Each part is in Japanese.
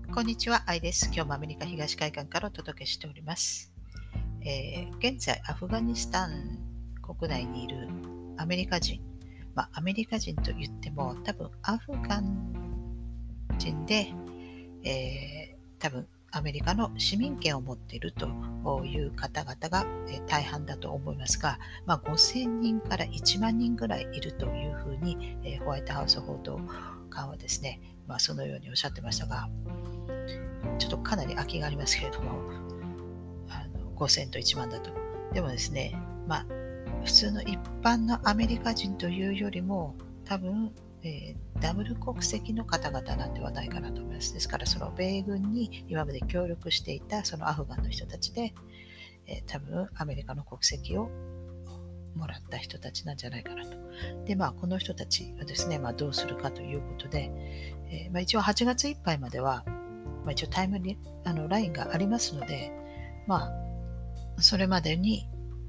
こんにちは、アイです。今日もアメリカ東海岸からお届けしております。現在、アフガニスタン国内にいるアメリカ人、アメリカ人と言っても多分アフガン人で、多分アメリカの市民権を持っているという方々が大半だと思いますが、5000人から1万人ぐらいいるというふうにホワイトハウス報道官はですね、そのようにおっしゃってましたが、ちょっとかなり空きがありますけれども、5000と1万だと。でもですね、普通の一般のアメリカ人というよりも、多分、ダブル国籍の方々なんではないかなと思います。ですから、その米軍に今まで協力していたそのアフガンの人たちで、多分アメリカの国籍をもらった人たちなんじゃないかなと。で、この人たちはですね、どうするかということで、一応8月いっぱいまでは、一応タイムリラインがありますので、それまでに、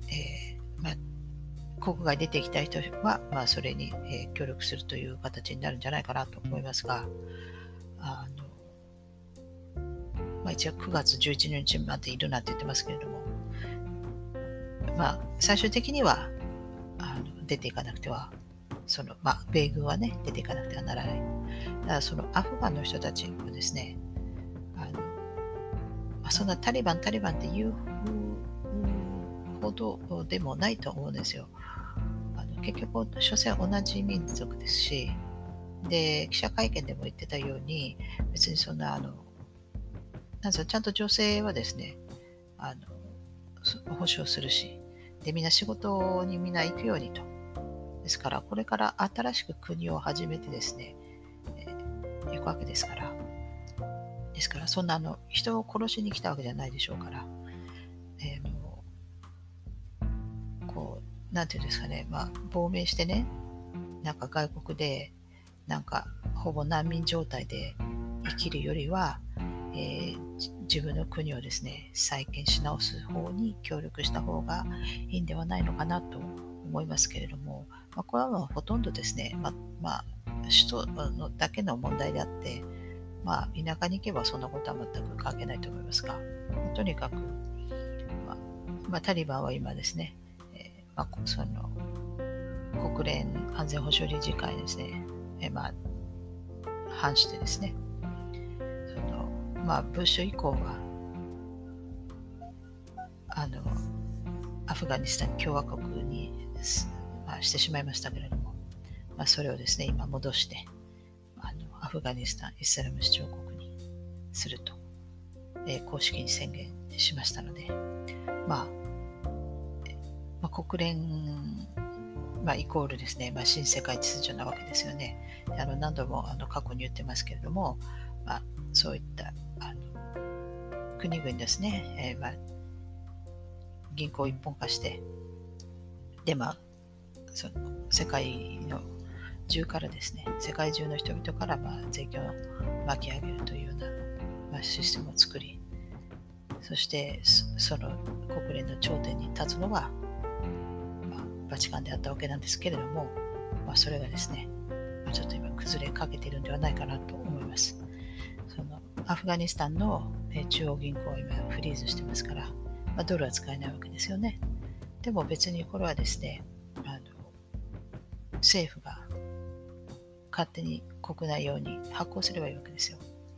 国外出ていきたい人は、それに、協力するという形になるんじゃないかなと思いますが、一応9月11日までいるなんて言ってますけれども、最終的には出ていかなくては、米軍はね、出ていかなくてはならない。だからそのアフガンの人たちもですね、そんなタリバンっていうほどでもないと思うんですよ。結局、所詮同じ民族ですし、で、記者会見でも言ってたように、別にそんな、ちゃんと女性はですね、保障するし、で、みんな仕事にみんな行くようにと。ですから、これから新しく国を始めてですね、行くわけですから、そんな人を殺しに来たわけじゃないでしょうから、なんていうんですかね、亡命してね、外国で、ほぼ難民状態で生きるよりは、自分の国をですね、再建し直す方に協力した方がいいんではないのかなと思いますけれども、これはほとんどですね、首都のだけの問題であって、田舎に行けばそんなことは全く関係ないと思いますが、とにかく、タリバンは今ですね、その国連安全保障理事会ですね、反してですね、ブッシュ以降はアフガニスタン共和国に、してしまいましたけれども、それをですね今戻してアフガニスタンイスラム首長国にすると、公式に宣言しましたので、国連、イコールですね、新世界秩序なわけですよね。何度も過去に言ってますけれども、そういった国々ですね、銀行を一本化して、で、その世界の中からですね、世界中の人々から税金を巻き上げるというような、システムを作り、そしてその国連の頂点に立つのは、バチカンであったわけなんですけれども、それがですね、ちょっと今崩れかけているんではないかなと思います。そのアフガニスタンの中央銀行は今フリーズしてますから、ドルは使えないわけですよね。でも別にこれはですね、政府が勝手に国内用に発行すればいいわけですよ。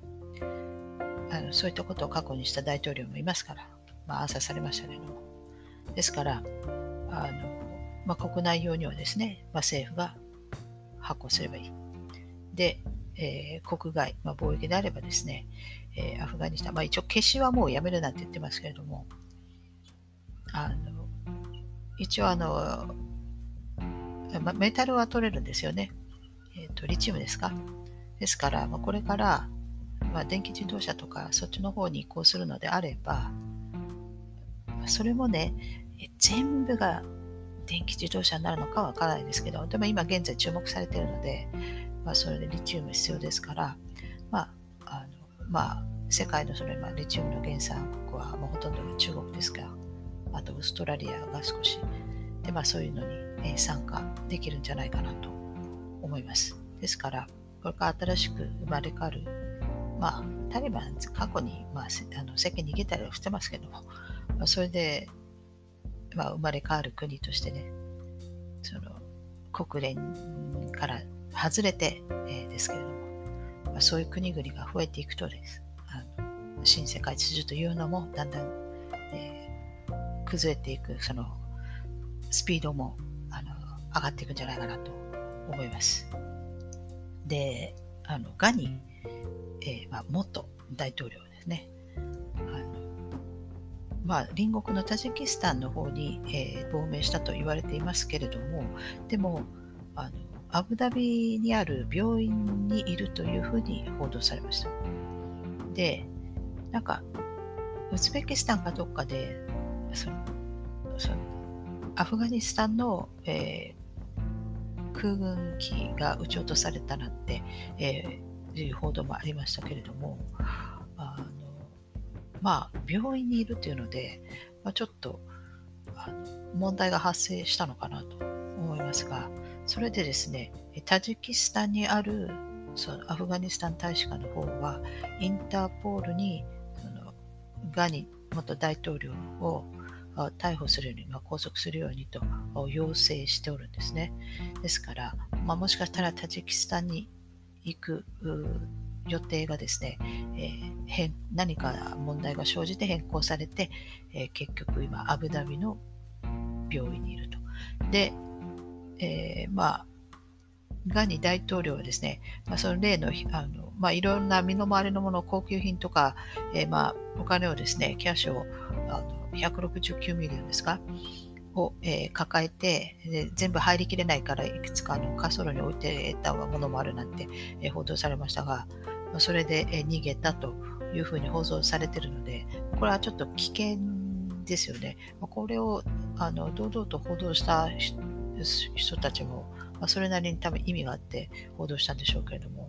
そういったことを過去にした大統領もいますから、暗殺されましたけれども。ですから、国内用にはですね、政府が発行すればいい。で、国外、貿易であればですね、アフガニスタン、一応消しはもうやめるなんて言ってますけれども、一応メタルは取れるんですよね。リチウムですか。ですから、これから、電気自動車とかそっちの方に移行するのであれば、それもね、全部が電気自動車になるのかはわからないですけど、でも今現在注目されているので、それでリチウム必要ですから、世界のその今リチウムの原産国はもうほとんどが中国ですが、あとオーストラリアが少しで、そういうのに参加できるんじゃないかなと思います。ですから、これから新しく生まれ変わる、 タリバン過去に、政権逃げたりはしてますけども、それで、生まれ変わる国としてね、その国連から外れて、ですけれども、そういう国々が増えていくとです、新世界秩序というのもだんだん、崩れていく、そのスピードも上がっていくんじゃないかなと思います。で、ガニ、元大統領ですね。隣国のタジキスタンの方に、亡命したと言われていますけれども、でもアブダビにある病院にいるというふうに報道されました。で、なんかウズベキスタンかどっかでそのアフガニスタンの、空軍機が撃ち落とされたなんて、いう報道もありましたけれども、病院にいるというので、ちょっと問題が発生したのかなと思いますが、それでですね、タジキスタンにあるそのアフガニスタン大使館の方は、インターポールにそのガニ元大統領を逮捕するように、拘束するようにと要請しておるんですね。ですから、もしかしたらタジキスタンに行く予定がですね、何か問題が生じて変更されて、結局今アブダビの病院にいると。で、ガニ大統領はですね、その例のいろんな身の回りのもの、高級品とか、お金をですね、キャッシュを169ミリオンですかを、抱えて、全部入りきれないからいくつか滑走路に置いてたものもあるなんて、報道されましたが、それで、逃げたというふうに報道されているので、これはちょっと危険ですよね。これを堂々と報道した人たちも、それなりに多分意味があって報道したんでしょうけれども、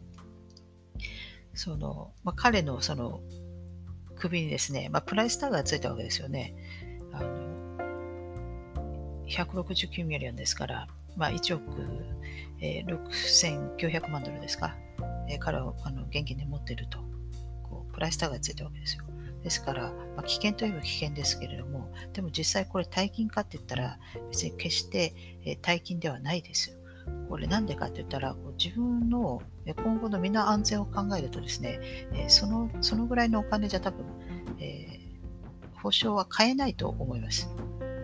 彼のその首にですね、プライスタグがついたわけですよね。169ミリオンですから、1億、6900万ドルですか、彼は現金で持っていると、プライスタグがついたわけですよ。ですから、危険といえば危険ですけれども、でも実際これ大金かって言ったら、別に決して、大金ではないですよ。これなんでかって言ったら、自分の今後の身の安全を考えるとですね、そのぐらいのお金じゃ多分、保証は買えないと思います。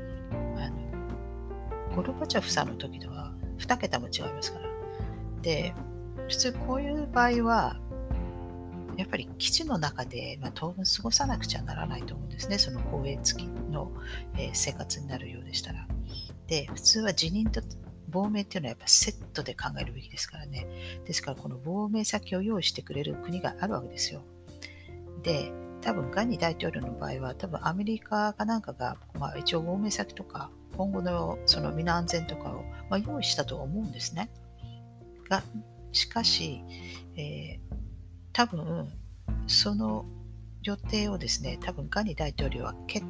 ゴルバチョフさんの時とは2桁も違いますから。で、普通こういう場合は、やっぱり基地の中で、当分過ごさなくちゃならないと思うんですね。その護衛付きの、生活になるようでしたら。で、普通は辞任と亡命っていうのはやっぱセットで考えるべきですからね。ですからこの亡命先を用意してくれる国があるわけですよ。で、多分ガニ大統領の場合は多分アメリカかなんかが、一応亡命先とか今後のその身の安全とかを、用意したと思うんですね。が、しかし、多分その予定をですね、多分ガニ大統領は蹴って、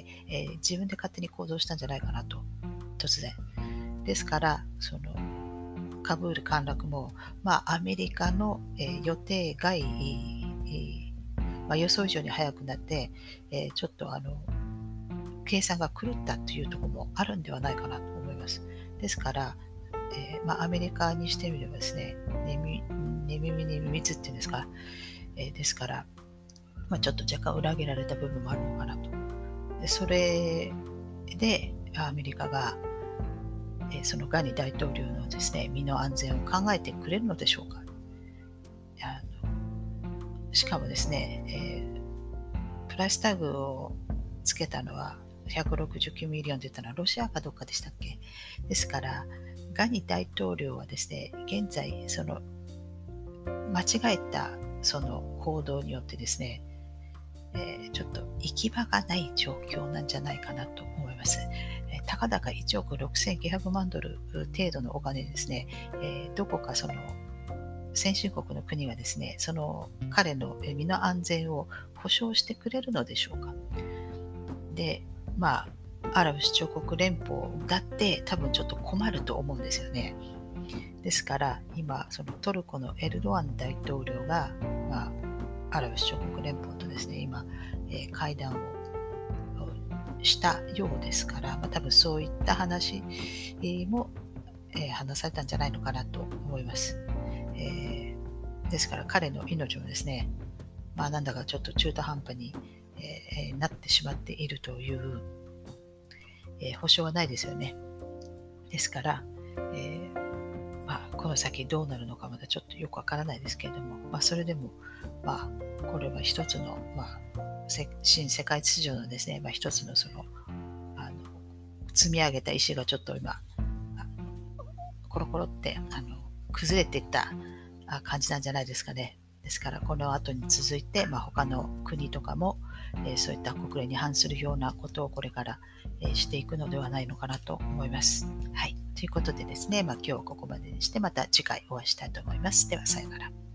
自分で勝手に行動したんじゃないかなと、突然。ですから、そのカブール陥落も、アメリカの、予定外、予想以上に早くなって、ちょっと計算が狂ったというところもあるんではないかなと思います。ですから、アメリカにしてみればですね、寝耳に水っていうんですか、ですから、ちょっと若干裏切られた部分もあるのかなと。でそれでアメリカが、そのガニ大統領のですね、身の安全を考えてくれるのでしょうか。しかもですね、プライスタグをつけたのは169ミリオンで言ったのはロシアかどっかでしたっけ。ですからガニ大統領はですね、現在その間違えたその行動によってですね、ちょっと行き場がない状況なんじゃないかなと思います。たかだか1億6900万ドル程度のお金ですね、どこかその先進国の国がですね、その彼の身の安全を保証してくれるのでしょうか。で、アラブ首長国連邦だって多分ちょっと困ると思うんですよね。ですから今そのトルコのエルドアン大統領が、 アラブ首長国連邦とですね、今、会談をしたようですから、多分そういった話も、話されたんじゃないのかなと思います。ですから彼の命もですね、なんだかちょっと中途半端に、なってしまっているという、保証はないですよね。ですから、この先どうなるのかまだちょっとよくわからないですけれども、それでも、これは一つの、新世界秩序のですね、一つの積み上げた石がちょっと今、コロコロって崩れていった感じなんじゃないですかね。ですからこの後に続いて、他の国とかも、そういった国連に反するようなことをこれから、していくのではないのかなと思います。はい。ということでですね、今日はここまでにしてまた次回お会いしたいと思います。ではさようなら。